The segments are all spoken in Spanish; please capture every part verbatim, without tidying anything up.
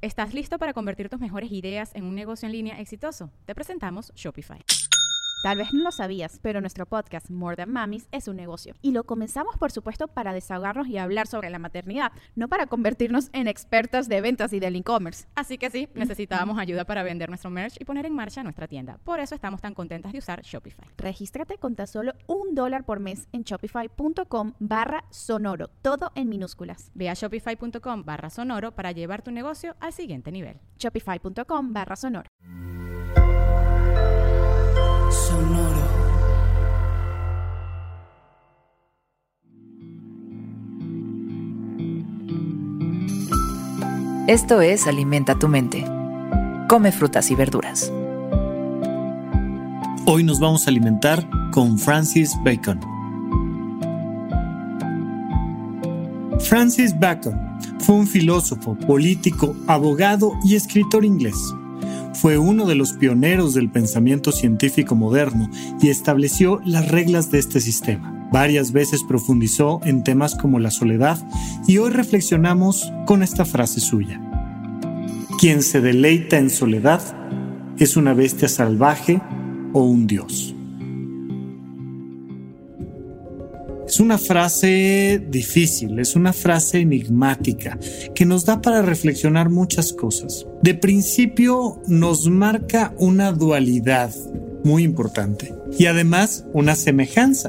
¿Estás listo para convertir tus mejores ideas en un negocio en línea exitoso? Te presentamos Shopify. Tal vez no lo sabías, pero nuestro podcast More Than Mamis es un negocio. Y lo comenzamos, por supuesto, para desahogarnos y hablar sobre la maternidad, no para convertirnos en expertas de ventas y del e-commerce. Así que sí, necesitábamos ayuda para vender nuestro merch y poner en marcha nuestra tienda. Por eso estamos tan contentas de usar Shopify. Regístrate con tan solo un dólar por mes en shopify.com barra sonoro, todo en minúsculas. Ve a shopify.com barra sonoro para llevar tu negocio al siguiente nivel. Shopify.com barra sonoro. Sonoro. Esto es Alimenta tu mente. Come frutas y verduras. Hoy nos vamos a alimentar con Francis Bacon. Francis Bacon fue un filósofo, político, abogado y escritor inglés. Fue uno de los pioneros del pensamiento científico moderno y estableció las reglas de este sistema. Varias veces profundizó en temas como la soledad y hoy reflexionamos con esta frase suya. Quien se deleita en soledad es una bestia salvaje o un dios. Es una frase difícil, es una frase enigmática que nos da para reflexionar muchas cosas. De principio nos marca una dualidad muy importante y además una semejanza.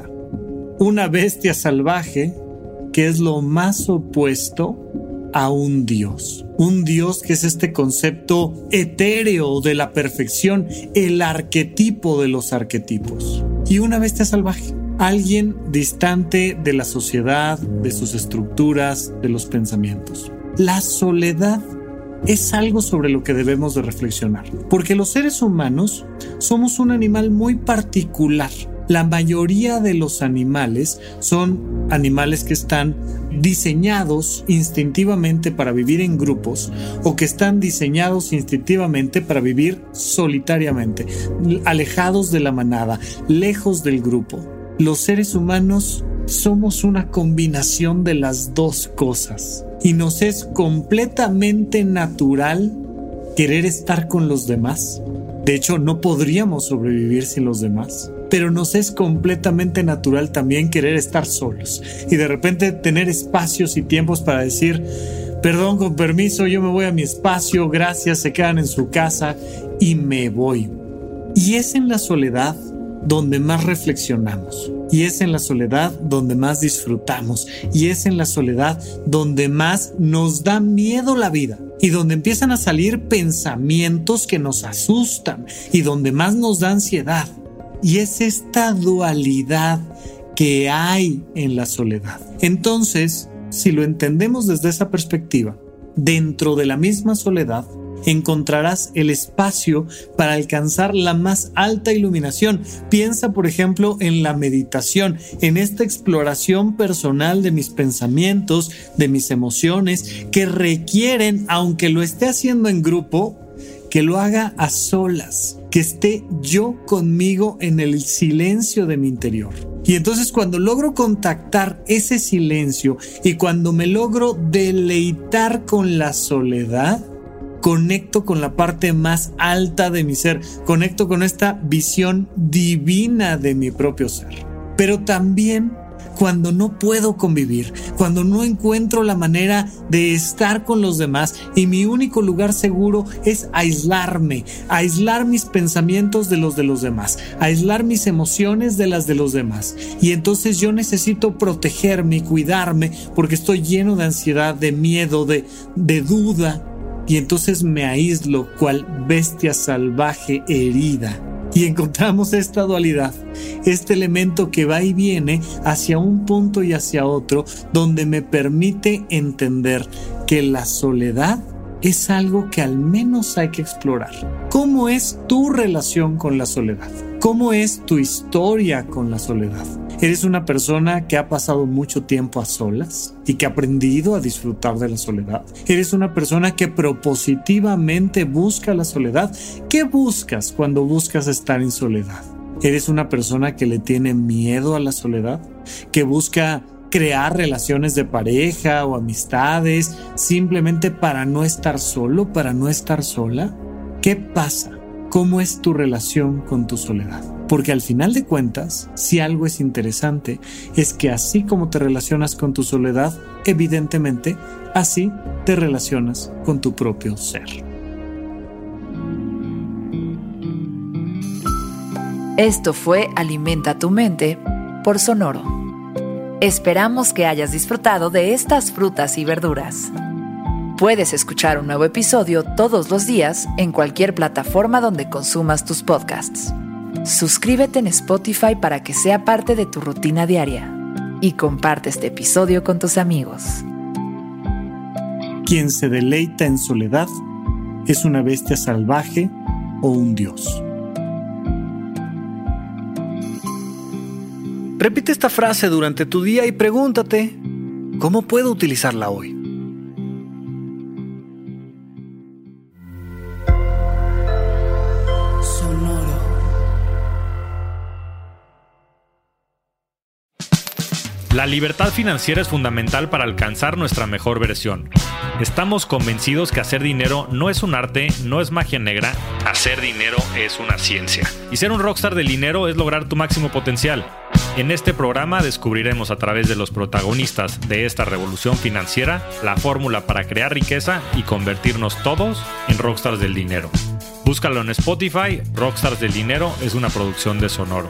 Una bestia salvaje que es lo más opuesto a un dios. Un dios que es este concepto etéreo de la perfección, el arquetipo de los arquetipos. Y una bestia salvaje. Alguien distante de la sociedad, de sus estructuras, de los pensamientos. La soledad es algo sobre lo que debemos de reflexionar, porque los seres humanos somos un animal muy particular. La mayoría de los animales son animales que están diseñados instintivamente para vivir en grupos o que están diseñados instintivamente para vivir solitariamente, alejados de la manada, lejos del grupo. Los seres humanos somos una combinación de las dos cosas y nos es completamente natural querer estar con los demás. De hecho, no podríamos sobrevivir sin los demás, pero nos es completamente natural también querer estar solos y de repente tener espacios y tiempos para decir, perdón, con permiso, yo me voy a mi espacio, gracias, se quedan en su casa y me voy. Y es en la soledad donde más reflexionamos, y es en la soledad donde más disfrutamos, y es en la soledad donde más nos da miedo la vida, y donde empiezan a salir pensamientos que nos asustan, y donde más nos da ansiedad. Y es esta dualidad que hay en la soledad. Entonces, si lo entendemos desde esa perspectiva, dentro de la misma soledad, encontrarás el espacio para alcanzar la más alta iluminación. Piensa, por ejemplo, en la meditación, en esta exploración personal de mis pensamientos, de mis emociones, que requieren, aunque lo esté haciendo en grupo, que lo haga a solas, que esté yo conmigo en el silencio de mi interior. Y entonces cuando logro contactar ese silencio y cuando me logro deleitar con la soledad, conecto con la parte más alta de mi ser, conecto con esta visión divina de mi propio ser. Pero también cuando no puedo convivir, cuando no encuentro la manera de estar con los demás y mi único lugar seguro es aislarme, aislar mis pensamientos de los de los demás, aislar mis emociones de las de los demás. Y entonces yo necesito protegerme y cuidarme porque estoy lleno de ansiedad, de miedo, de, de duda. Y entonces me aíslo cual bestia salvaje herida. Y encontramos esta dualidad, este elemento que va y viene hacia un punto y hacia otro, donde me permite entender que la soledad es algo que al menos hay que explorar. ¿Cómo es tu relación con la soledad? ¿Cómo es tu historia con la soledad? ¿Eres una persona que ha pasado mucho tiempo a solas y que ha aprendido a disfrutar de la soledad? ¿Eres una persona que propositivamente busca la soledad? ¿Qué buscas cuando buscas estar en soledad? ¿Eres una persona que le tiene miedo a la soledad? ¿Que busca crear relaciones de pareja o amistades simplemente para no estar solo, para no estar sola? ¿Qué pasa? ¿Cómo es tu relación con tu soledad? Porque al final de cuentas, si algo es interesante, es que así como te relacionas con tu soledad, evidentemente, así te relacionas con tu propio ser. Esto fue Alimenta tu mente por Sonoro. Esperamos que hayas disfrutado de estas frutas y verduras. Puedes escuchar un nuevo episodio todos los días en cualquier plataforma donde consumas tus podcasts. Suscríbete en Spotify para que sea parte de tu rutina diaria y comparte este episodio con tus amigos. Quien se deleita en soledad es una bestia salvaje o un dios. Repite esta frase durante tu día y pregúntate, ¿cómo puedo utilizarla hoy? La libertad financiera es fundamental para alcanzar nuestra mejor versión. Estamos convencidos que hacer dinero no es un arte, no es magia negra. Hacer dinero es una ciencia. Y ser un rockstar del dinero es lograr tu máximo potencial. En este programa descubriremos a través de los protagonistas de esta revolución financiera la fórmula para crear riqueza y convertirnos todos en rockstars del dinero. Búscalo en Spotify. Rockstars del Dinero es una producción de Sonoro.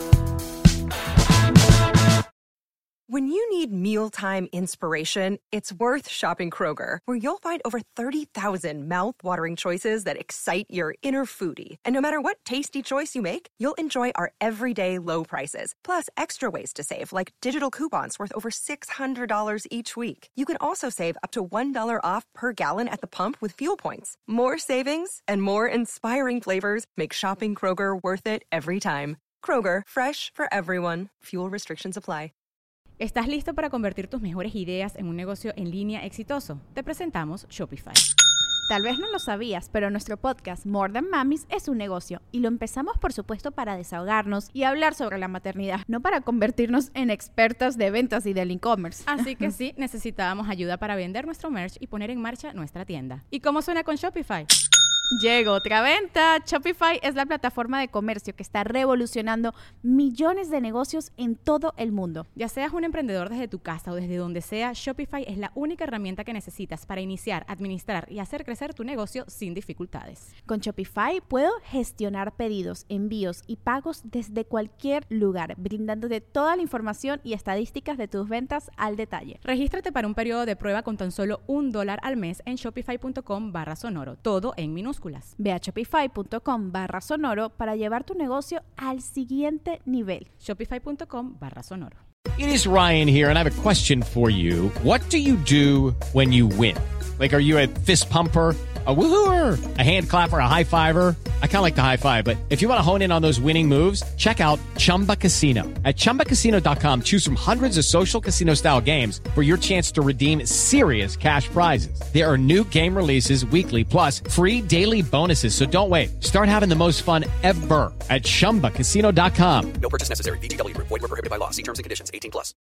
When you need mealtime inspiration, it's worth shopping Kroger, where you'll find over thirty thousand mouth-watering choices that excite your inner foodie. And no matter what tasty choice you make, you'll enjoy our everyday low prices, plus extra ways to save, like digital coupons worth over six hundred dollars each week. You can also save up to one dollar off per gallon at the pump with fuel points. More savings and more inspiring flavors make shopping Kroger worth it every time. Kroger, fresh for everyone. Fuel restrictions apply. ¿Estás listo para convertir tus mejores ideas en un negocio en línea exitoso? Te presentamos Shopify. Tal vez no lo sabías, pero nuestro podcast More Than Mamis es un negocio y lo empezamos por supuesto para desahogarnos y hablar sobre la maternidad, no para convertirnos en expertas de ventas y del e-commerce. Así que sí, necesitábamos ayuda para vender nuestro merch y poner en marcha nuestra tienda. ¿Y cómo suena con Shopify? Llegó otra venta. Shopify es la plataforma de comercio que está revolucionando millones de negocios en todo el mundo. Ya seas un emprendedor desde tu casa o desde donde sea, Shopify es la única herramienta que necesitas para iniciar, administrar y hacer crecer tu negocio sin dificultades. Con Shopify puedo gestionar pedidos, envíos y pagos desde cualquier lugar, brindándote toda la información y estadísticas de tus ventas al detalle. Regístrate para un periodo de prueba con tan solo un dólar al mes en shopify.com barra sonoro, todo en minúsculas. Ve a shopify.com barra sonoro para llevar tu negocio al siguiente nivel. Shopify.com barra sonoro. It is Ryan here, and I have a question for you. What do you do when you win? Like, are you a fist pumper, a woo-hooer, a hand clapper, a high fiver? I kind of like the high five, but if you want to hone in on those winning moves, check out Chumba Casino. At chumba casino dot com, choose from hundreds of social casino-style games for your chance to redeem serious cash prizes. There are new game releases weekly, plus free daily bonuses, so don't wait. Start having the most fun ever at chumba casino dot com. No purchase necessary. V G W. Void where prohibited by law. See terms and conditions. eighteen plus.